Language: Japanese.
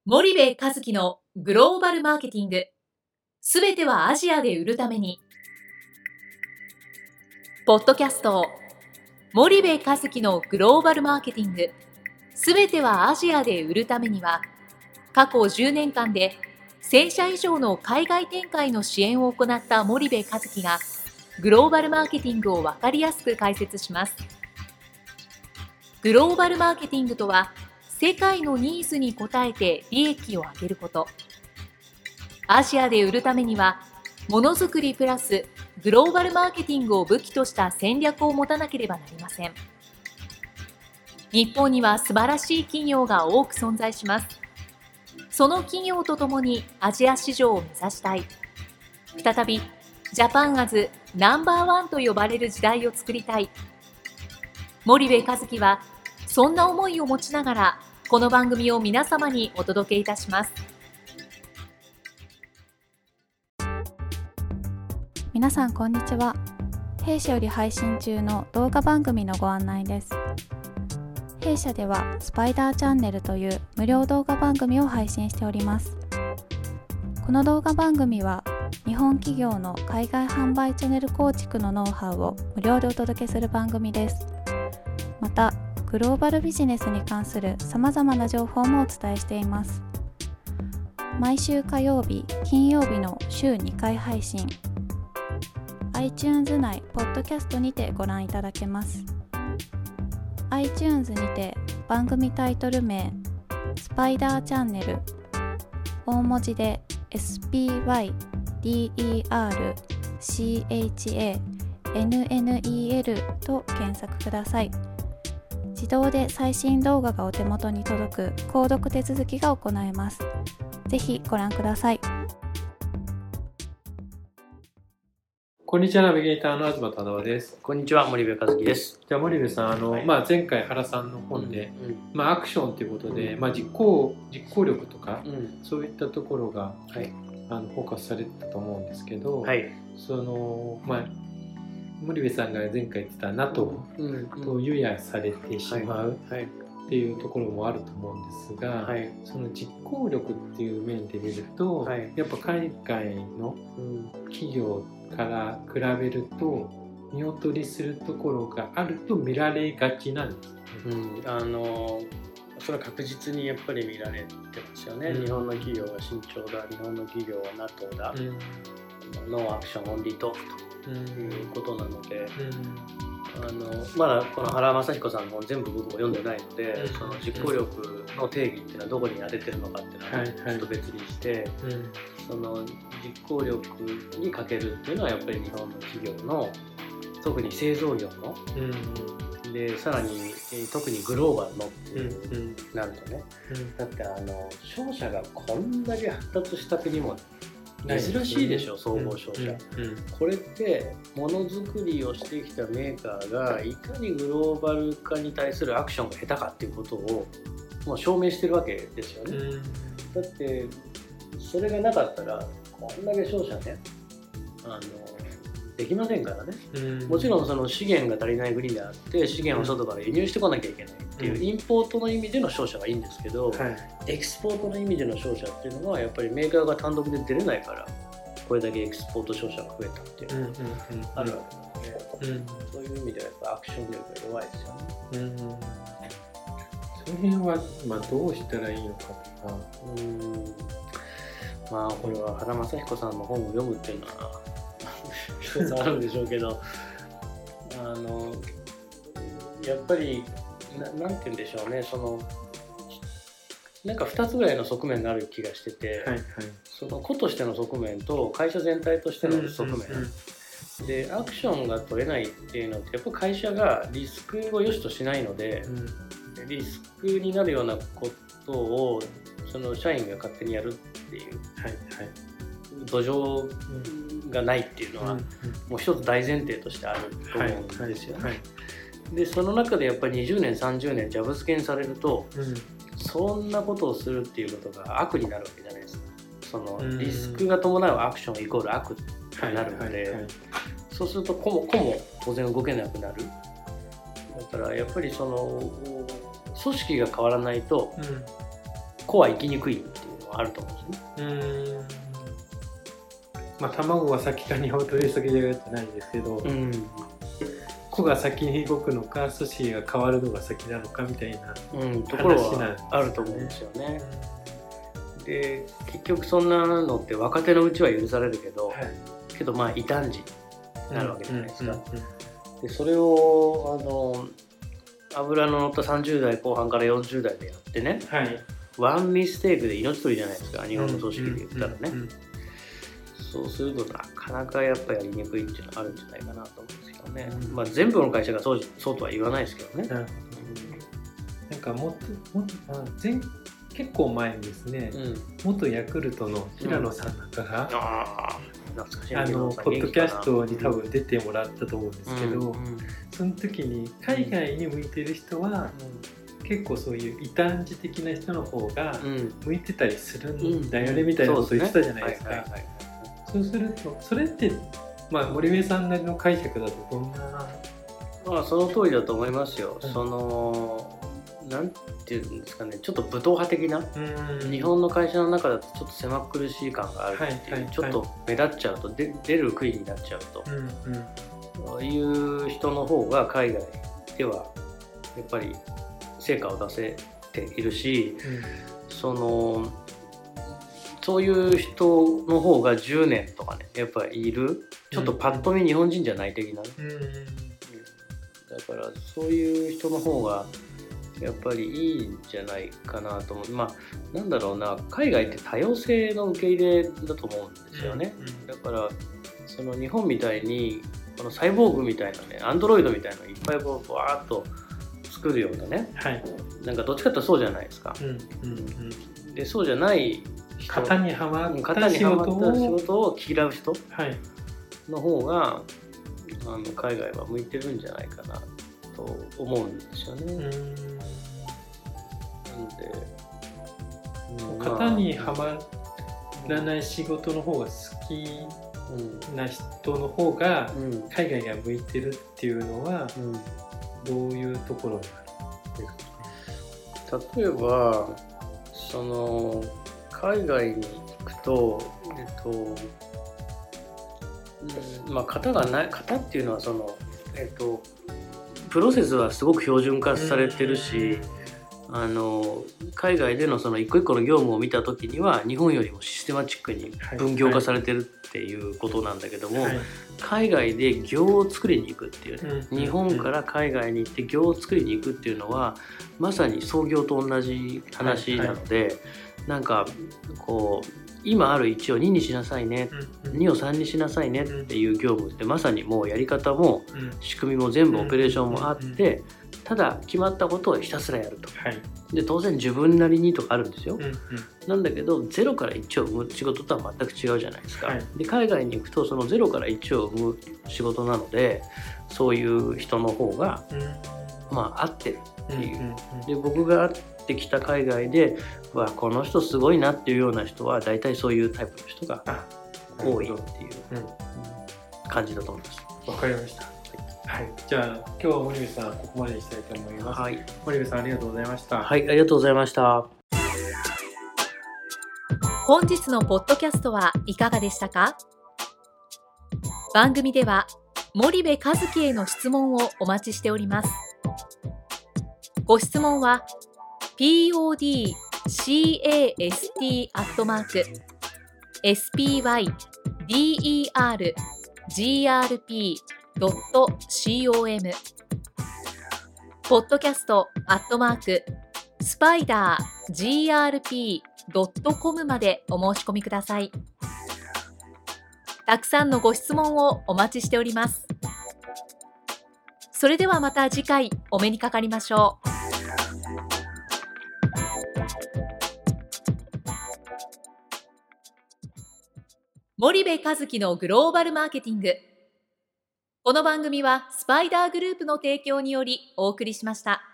森部一樹のグローバルマーケティング。すべてはアジアで売るために。ポッドキャスト森部一樹のグローバルマーケティング。すべてはアジアで売るためには、過去10年間で1000社以上の海外展開の支援を行った森部一樹が、グローバルマーケティングを分かりやすく解説します。グローバルマーケティングとは、世界のニーズに応えて利益を上げること。アジアで売るためには、ものづくりプラスグローバルマーケティングを武器とした戦略を持たなければなりません。日本には素晴らしい企業が多く存在します。その企業とともにアジア市場を目指したい。再びジャパンアズナンバーワンと呼ばれる時代を作りたい。森部一樹はそんな思いを持ちながら、この番組を皆様にお届けいたします。 皆さんこんにちは。弊社より配信中の動画番組のご案内です。弊社ではスパイダーチャンネルという無料動画番組を配信しております。この動画番組は日本企業の海外販売チャンネル構築のノウハウを無料でお届けする番組です。またグローバルビジネスに関するさまざまな情報もお伝えしています。毎週火曜日、金曜日の週2回配信。iTunes 内ポッドキャストにてご覧いただけます。iTunes にて番組タイトル名スパイダーチャンネル、大文字で SPYDERCHANNEL と検索ください。自動で最新動画がお手元に届く購読手続きが行えます。ぜひご覧ください。 こんにちは、ナビゲーターの東忠夫です。 こんにちは、森部一樹です。 じゃあ森部さん、前回原さんの本で、アクションということで、実行力とか、そういったところが、フォーカスされてたと思うんですけど、森部さんが前回言ってた NATO と輸入されてしまうっていうところもあると思うんですが、その実行力っていう面で見ると、やっぱ海外の企業から比べると見劣りするところがあると見られがちなんですね。 それは確実にやっぱり見られてますよね。日本の企業は慎重だ、日本の企業は NATO だ、ノーアクションオンリートークということなので、まだこの原雅彦さんの本全部僕も読んでないので、その実行力の定義っていうのはどこに当ててるのかっていうのはちょっと別にして、その実行力に欠けるっていうのはやっぱり日本の企業の特に製造業の、でさらに特にグローバルのっていうなるとね、だって商社がこんだけ発達した国も珍しいでしょ、総合商社。これってものづくりをしてきたメーカーがいかにグローバル化に対するアクションが下手かっていうことをもう証明してるわけですよね。だってそれがなかったらこんだけ商社ねできませんからね。もちろんその資源が足りない国であって資源を外から輸入してこなきゃいけないっていうインポートの意味での商社がいいんですけど、エクスポートの意味での商社っていうのはやっぱりメーカーが単独で出れないからこれだけエクスポート商社が増えたっていうのがあるわけなので、そういう意味ではやっぱアクション力が弱いですよね。 その辺はどうしたらいいのかとか、 これは原雅彦さんの本を読むっていうのは一つあるんでしょうけどやっぱりなんて言うんでしょうね、そのなんか2つぐらいの側面がある気がしてて、その個としての側面と会社全体としての側面、でアクションが取れないっていうのってやっぱ会社がリスクを良しとしないので、リスクになるようなことをその社員が勝手にやるっていう、土壌がないっていうのはもう一つ大前提としてあると思うんですよね。でその中でやっぱり20年30年ジャブ付けにされると、そんなことをするっていうことが悪になるわけじゃないですか。そのリスクが伴うアクションイコール悪になるので、そうすると個も当然動けなくなる。だからやっぱりその組織が変わらないと、 子は生きにくいっていうのはあると思うんですね。 まあ卵が先か日本取り急ぎじゃないですけど、子が先に動くのか寿司が変わるのが先なのかみたいなところはあると思うんですよね。で結局そんなのって若手のうちは許されるけど、けどまあ異端児になるわけじゃないですか。でそれを油の乗った30代後半から40代でやってね、ワンミステイクで命取りじゃないですか、日本の組織で言ったらね。そうするとなかなかやっぱりやりにくいっていうのはあるんじゃないかなと思うんですけどね。まあ全部の会社がそうとは言わないですけどね。 なんか結構前にですね、元ヤクルトの平野さんなんかが、ポッドキャストに多分出てもらったと思うんですけど、その時に海外に向いてる人は、結構そういう異端児的な人の方が向いてたりするんだよねみたいなこと言ってたじゃないですか。そうするとそれってまあ森部さんなりの解釈だとどんな？ まあその通りだと思いますよ。なんていうんですかね、ちょっと武闘派的な、日本の会社の中だとちょっと狭苦しい感があるっていう、ちょっと目立っちゃうと出る杭になっちゃうと、そういう人の方が海外ではやっぱり成果を出せているし、そういう人の方が10年とかねやっぱりいる、ちょっとパッと見日本人じゃない的な、だからそういう人の方がやっぱりいいんじゃないかなと思う。まあなんだろうな、海外って多様性の受け入れだと思うんですよね。だからその日本みたいにこのサイボーグみたいなね、アンドロイドみたいなのいっぱいこうバーッと作るようなね、なんかどっちかってそうじゃないですか。でそうじゃない人、 型にはまった仕事を嫌う人の方が海外は向いてるんじゃないかなと思うんですよね。 型にはまらない仕事の方が好きな人の方が海外が向いてるっていうのはどういうところにあるんですか？ 例えば海外に行くと、まあ型っていうのはプロセスはすごく標準化されてるし、海外でのその一個一個の業務を見た時には日本よりもシステマチックに分業化されてるっていうことなんだけども、海外で業を作りに行くっていうね、日本から海外に行って業を作りに行くっていうのはまさに創業と同じ話なので、なんかこう今ある1を2にしなさいね、2を3にしなさいねっていう業務ってまさにもうやり方も仕組みも全部オペレーションもあって、ただ決まったことをひたすらやると、で当然自分なりにとかあるんですよ、なんだけど0から1を生む仕事とは全く違うじゃないですか、で海外に行くとその0から1を生む仕事なのでそういう人の方がまあ合ってるっていう、で僕が会ってきた海外でこの人すごいなっていうような人は大体そういうタイプの人が多いっていう感じだと思います。 わかりました。はい、じゃあ今日は森部さんここまでにしたいと思います。森部さんありがとうございました。 はい、ありがとうございました。 本日のポッドキャストはいかがでしたか？番組では森部一樹への質問をお待ちしております。ご質問は podcast@spydergrp.com podcast@spidergrp.com までお申し込みください。たくさんのご質問をお待ちしております。それではまた次回お目にかかりましょう。森部一樹のグローバルマーケティング。この番組はスパイダーグループの提供によりお送りしました。